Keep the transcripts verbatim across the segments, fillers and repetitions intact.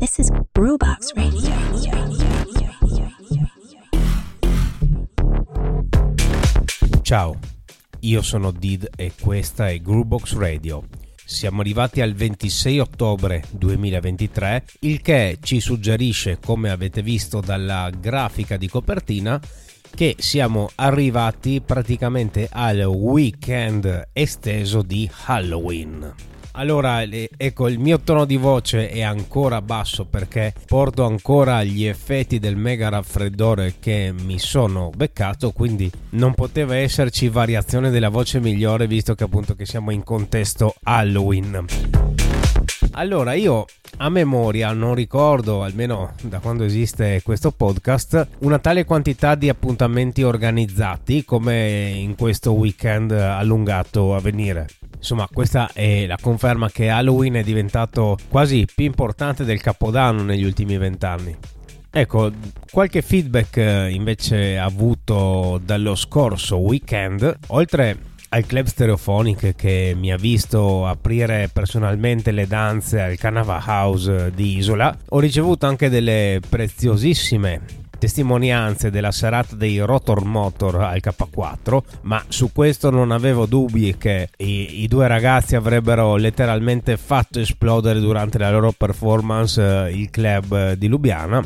This is Brewbox Radio. Ciao, io sono Did e questa è Brewbox Radio. Siamo arrivati al ventisei ottobre duemilaventitré, il che ci suggerisce, come avete visto dalla grafica di copertina, che siamo arrivati praticamente al weekend esteso di Halloween. Allora, ecco, il mio tono di voce è ancora basso perché porto ancora gli effetti del mega raffreddore che mi sono beccato, quindi non poteva esserci variazione della voce migliore visto che appunto che siamo in contesto Halloween. Allora, io a memoria non ricordo, almeno da quando esiste questo podcast, una tale quantità di appuntamenti organizzati come in questo weekend allungato a venire. Insomma, questa è la conferma che Halloween è diventato quasi più importante del Capodanno negli ultimi vent'anni. Ecco, qualche feedback invece avuto dallo scorso weekend, oltre al Club Stereophonic che mi ha visto aprire personalmente le danze al Canava House di Isola, ho ricevuto anche delle preziosissime testimonianze della serata dei Rotor Motor al K quattro, ma su questo non avevo dubbi che i, i due ragazzi avrebbero letteralmente fatto esplodere durante la loro performance il club di Lubiana.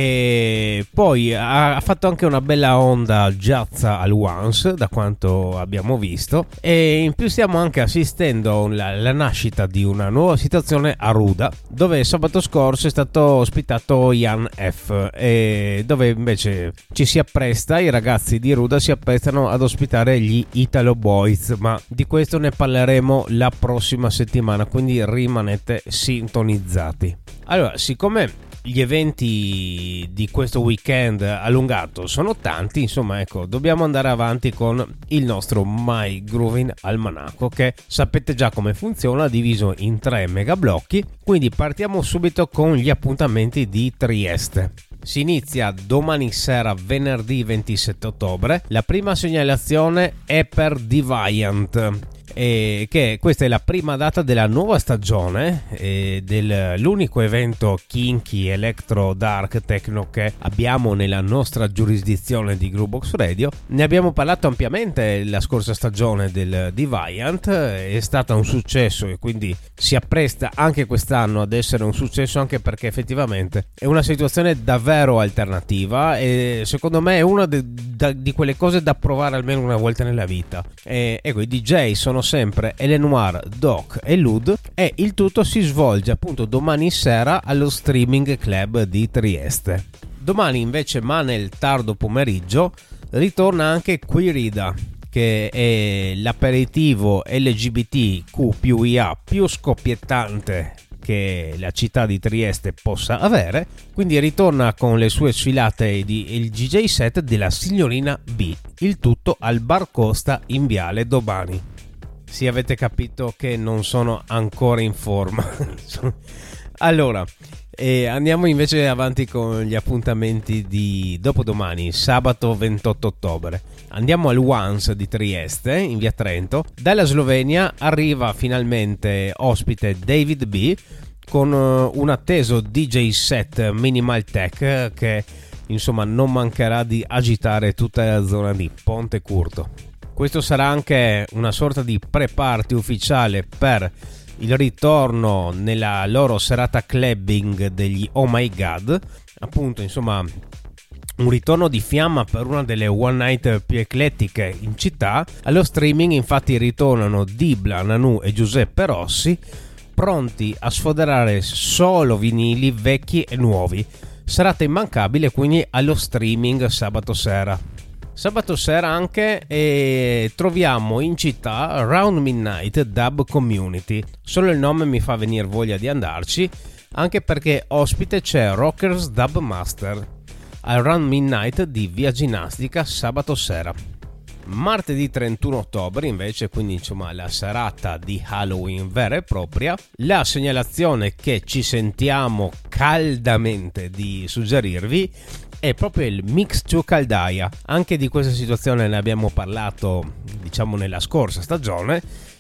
E poi ha fatto anche una bella onda jazz al Once, da quanto abbiamo visto, e in più stiamo anche assistendo alla, alla nascita di una nuova situazione a Ruda, dove sabato scorso è stato ospitato Ian F, e dove invece ci si appresta, i ragazzi di Ruda si apprestano ad ospitare gli Italo Boys, ma di questo ne parleremo la prossima settimana, quindi rimanete sintonizzati. Allora, siccome gli eventi di questo weekend allungato sono tanti, insomma, ecco, dobbiamo andare avanti con il nostro My Groovin' Almanacco, che sapete già come funziona, diviso in tre mega blocchi. Quindi partiamo subito con gli appuntamenti di Trieste. Si inizia domani sera, venerdì ventisette ottobre. La prima segnalazione è per Deviant, e che questa è la prima data della nuova stagione e dell'unico evento kinky electro dark techno che abbiamo nella nostra giurisdizione di Groovebox Radio. Ne abbiamo parlato ampiamente la scorsa stagione del Deviant, è stata un successo e quindi si appresta anche quest'anno ad essere un successo, anche perché effettivamente è una situazione davvero alternativa e secondo me è una de, da, di quelle cose da provare almeno una volta nella vita. E, ecco, i D J sono sempre Elenoir, Doc e Lud, e il tutto si svolge appunto domani sera allo Streaming Club di Trieste. Domani invece, ma nel tardo pomeriggio, ritorna anche Quirida, che è l'aperitivo L G B T Q più I A più scoppiettante che la città di Trieste possa avere, quindi ritorna con le sue sfilate di il D J set della signorina B, il tutto al Bar Costa in Viale Dobani. Sì, avete capito che non sono ancora in forma. Allora, eh, andiamo invece avanti con gli appuntamenti di dopodomani, sabato ventotto ottobre. Andiamo al Once di Trieste, in via Trento. Dalla Slovenia arriva finalmente ospite David B con un atteso D J set Minimal Tech che insomma non mancherà di agitare tutta la zona di Ponte Curto. Questo sarà anche una sorta di pre-party ufficiale per il ritorno nella loro serata clubbing degli Oh My God, appunto, insomma, un ritorno di fiamma per una delle one night più eclettiche in città. Allo streaming infatti ritornano Dibla, Nanu e Giuseppe Rossi, pronti a sfoderare solo vinili vecchi e nuovi. Serata immancabile quindi allo streaming sabato sera. Sabato sera anche eh, troviamo in città Round Midnight Dub Community. Solo il nome mi fa venire voglia di andarci, anche perché ospite c'è Rockers Dub Master al Round Midnight di Via Ginnastica sabato sera. Martedì trentuno ottobre invece, quindi insomma la serata di Halloween vera e propria, la segnalazione che ci sentiamo caldamente di suggerirvi è proprio il Mix to Caldaia. Anche di questa situazione ne abbiamo parlato, diciamo, nella scorsa stagione,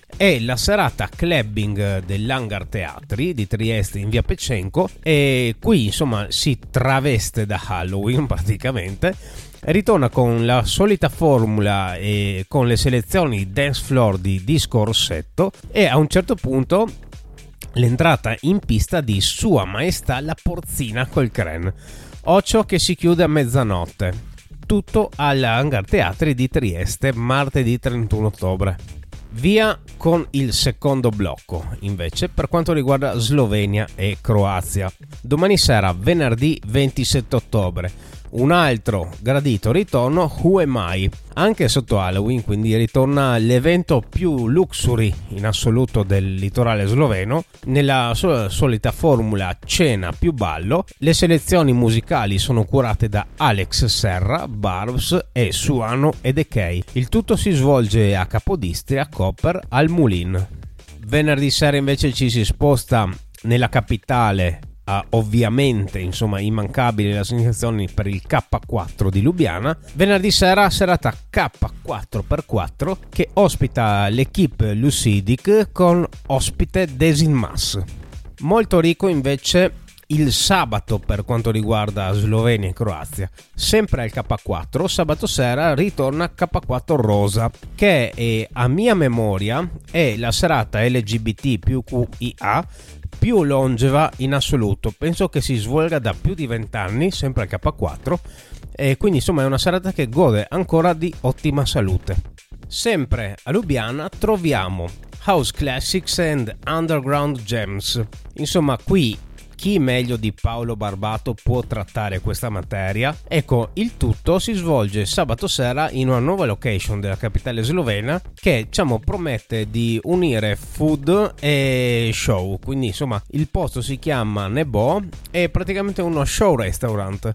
è la serata clubbing dell'Hangar Teatri di Trieste in via Pecenco, e qui insomma si traveste da Halloween praticamente. Ritorna con la solita formula e con le selezioni dance floor di Disco Rossetto, e a un certo punto l'entrata in pista di Sua Maestà la Porzina col Cren. Occhio che si chiude a mezzanotte. Tutto all'Hangar Teatri di Trieste, martedì trentuno ottobre. Via con il secondo blocco invece per quanto riguarda Slovenia e Croazia. Domani sera, venerdì ventisette ottobre, un altro gradito ritorno, Who Am I, anche sotto Halloween, quindi ritorna l'evento più luxury in assoluto del litorale sloveno, nella sol- solita formula cena più ballo. Le selezioni musicali sono curate da Alex Serra, Barbs e Suano e Decay. Il tutto si svolge a Capodistria, Koper, al Mulin. Venerdì sera invece ci si sposta nella capitale. Uh, ovviamente insomma immancabili le assegnazioni per il K quattro di Lubiana. Venerdì sera serata K quattro per quattro che ospita l'equipe Lucidic con ospite Desin Mass. Molto ricco invece il sabato per quanto riguarda Slovenia e Croazia. Sempre al K quattro, sabato sera ritorna K quattro Rosa, che è, a mia memoria è la serata L G B T più Q I A più longeva in assoluto. Penso che si svolga da più di vent'anni, sempre al K quattro, e quindi insomma è una serata che gode ancora di ottima salute. Sempre a Lubiana troviamo House Classics and Underground Gems. Insomma, qui chi meglio di Paolo Barbato può trattare questa materia? Ecco, il tutto si svolge sabato sera in una nuova location della capitale slovena che, diciamo, promette di unire food e show. Quindi, insomma, il posto si chiama Nebo, è praticamente uno show restaurant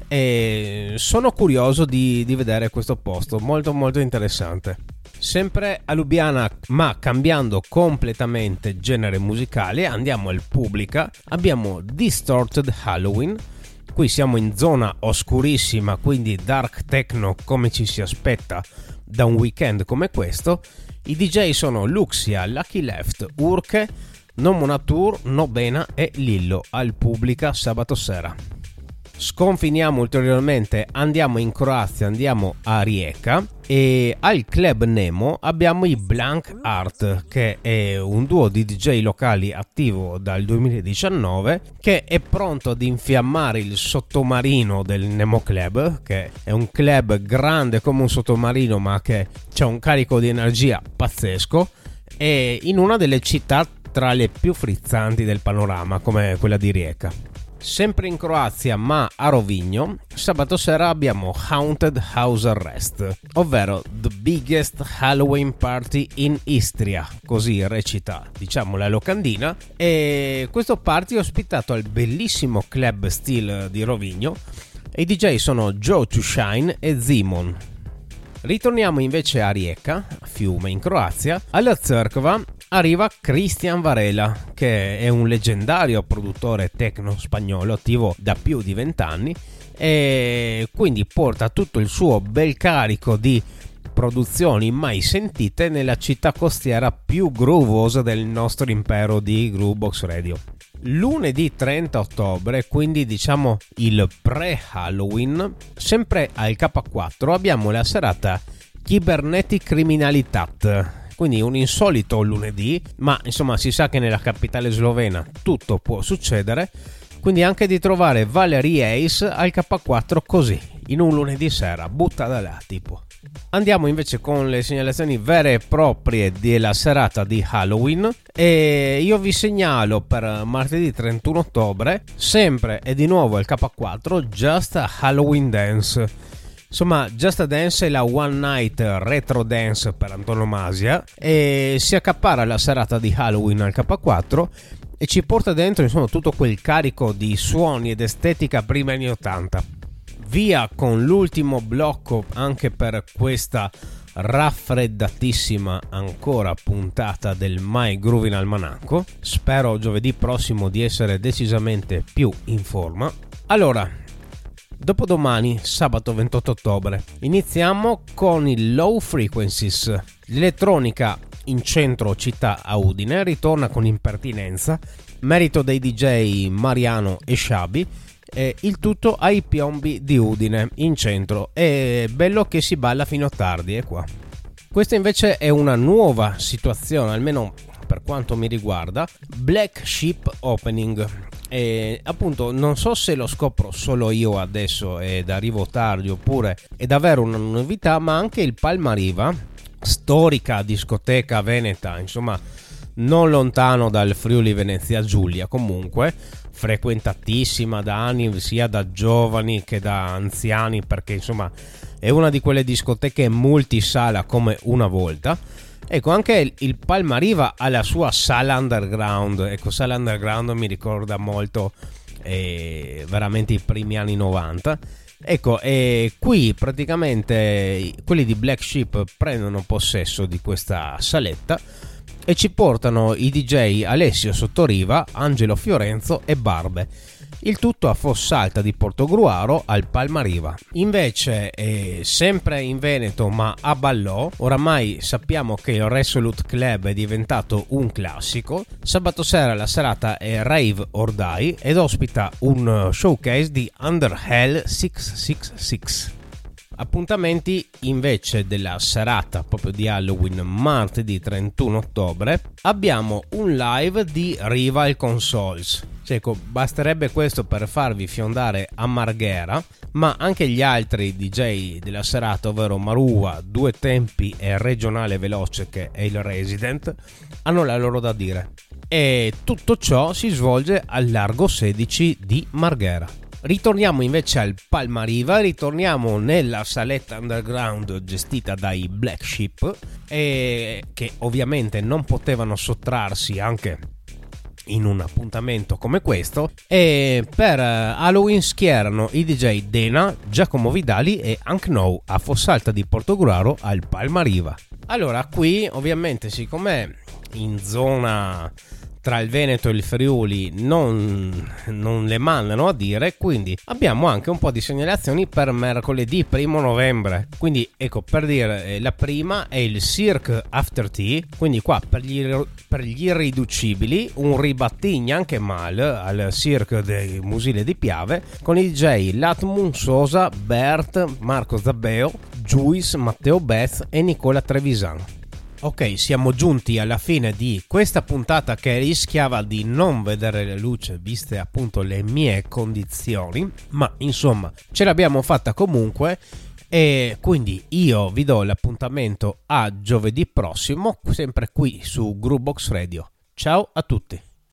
e sono curioso di, di vedere questo posto, molto molto interessante. Sempre a Lubiana, ma cambiando completamente genere musicale, andiamo al Publica. Abbiamo Distorted Halloween. Qui siamo in zona oscurissima, quindi dark techno come ci si aspetta da un weekend come questo. I D J sono Luxia, Lucky Left, Urke, Nomonatur, Nobena e Lillo al Publica sabato sera. Sconfiniamo ulteriormente, andiamo in Croazia, andiamo a Rijeka e al Club Nemo abbiamo i Blank Art, che è un duo di D J locali attivo dal duemiladiciannove, che è pronto ad infiammare il sottomarino del Nemo Club, che è un club grande come un sottomarino ma che c'ha un carico di energia pazzesco, e in una delle città tra le più frizzanti del panorama come quella di Rijeka. Sempre in Croazia ma a Rovigno, sabato sera abbiamo Haunted House Arrest, ovvero The Biggest Halloween Party in Istria, così recita diciamo la locandina, e questo party è ospitato al bellissimo Club Steel di Rovigno e i D J sono Joe to Shine e Zimon. Ritorniamo invece a Rijeka, a Fiume in Croazia. Alla Cerkva arriva Cristian Varela, che è un leggendario produttore techno spagnolo attivo da più di vent'anni, e quindi porta tutto il suo bel carico di produzioni mai sentite nella città costiera più groovosa del nostro impero di Groovebox Radio. Lunedì trenta ottobre, quindi diciamo il pre-Halloween, sempre al K quattro abbiamo la serata Cybernetic Criminalitat, quindi un insolito lunedì, ma insomma si sa che nella capitale slovena tutto può succedere, quindi anche di trovare Valerie Ace al K quattro così, in un lunedì sera, butta da là tipo. Andiamo invece con le segnalazioni vere e proprie della serata di Halloween, e io vi segnalo per martedì trentuno ottobre, sempre e di nuovo al K quattro, Just a Halloween Dance. Insomma, Just a Dance è la one night retro dance per antonomasia e si accapara la serata di Halloween al K quattro e ci porta dentro insomma tutto quel carico di suoni ed estetica prima anni ottanta. Via con l'ultimo blocco anche per questa raffreddatissima ancora puntata del My Groovin' Almanacco. Spero giovedì prossimo di essere decisamente più in forma. Allora, dopodomani, sabato ventotto ottobre, iniziamo con il Low Frequencies, l'elettronica in centro città a Udine, ritorna con impertinenza, merito dei D J Mariano e Sciabi, eh, il tutto ai Piombi di Udine in centro, è bello che si balla fino a tardi, è qua. Questa invece è una nuova situazione, almeno per quanto mi riguarda, Black Sheep Opening. E appunto non so se lo scopro solo io adesso ed arrivo tardi oppure è davvero una novità, ma anche il Palmariva, storica discoteca veneta, insomma non lontano dal Friuli Venezia Giulia, comunque frequentatissima da anni sia da giovani che da anziani, perché insomma è una di quelle discoteche multisala come una volta. Ecco, anche il Palmariva ha la sua sala underground. Ecco, sala underground mi ricorda molto eh, veramente i primi anni novanta. Ecco, e qui praticamente quelli di Black Sheep prendono possesso di questa saletta e ci portano i D J Alessio Sottoriva, Angelo Fiorenzo e Barbe. Il tutto a Fossalta di Portogruaro al Palmariva. Invece, eh, sempre in Veneto ma a Ballò, oramai sappiamo che il Resolute Club è diventato un classico. Sabato sera la serata è Rave or Die ed ospita un showcase di Under Hell sei sei sei. Appuntamenti invece della serata proprio di Halloween, martedì trentuno ottobre, abbiamo un live di Rival Consoles. Ecco, basterebbe questo per farvi fiondare a Marghera, ma anche gli altri D J della serata, ovvero Maruva, Due Tempi e Regionale Veloce, che è il Resident, hanno la loro da dire. E tutto ciò si svolge al Largo sedici di Marghera. Ritorniamo invece al Palmariva, ritorniamo nella saletta underground gestita dai Black Sheep, e che ovviamente non potevano sottrarsi anche in un appuntamento come questo, e per Halloween schierano i D J Dena, Giacomo Vidali e Anknow a Fossalta di Portogruaro al Palmariva. Allora, qui ovviamente, siccome in zona tra il Veneto e il Friuli non, non le mandano a dire, quindi abbiamo anche un po' di segnalazioni per mercoledì primo novembre. Quindi ecco, per dire, la prima è il Cirque After Tea, quindi qua per gli, per gli irriducibili un ribattigna anche mal al Cirque dei Musile di Piave con i D J Latmun Sosa, Bert, Marco Zabbeo, Juice, Matteo Beth e Nicola Trevisan. Ok, siamo giunti alla fine di questa puntata che rischiava di non vedere la luce viste appunto le mie condizioni, ma insomma ce l'abbiamo fatta comunque, e quindi io vi do l'appuntamento a giovedì prossimo, sempre qui su Groovebox Radio. Ciao a tutti.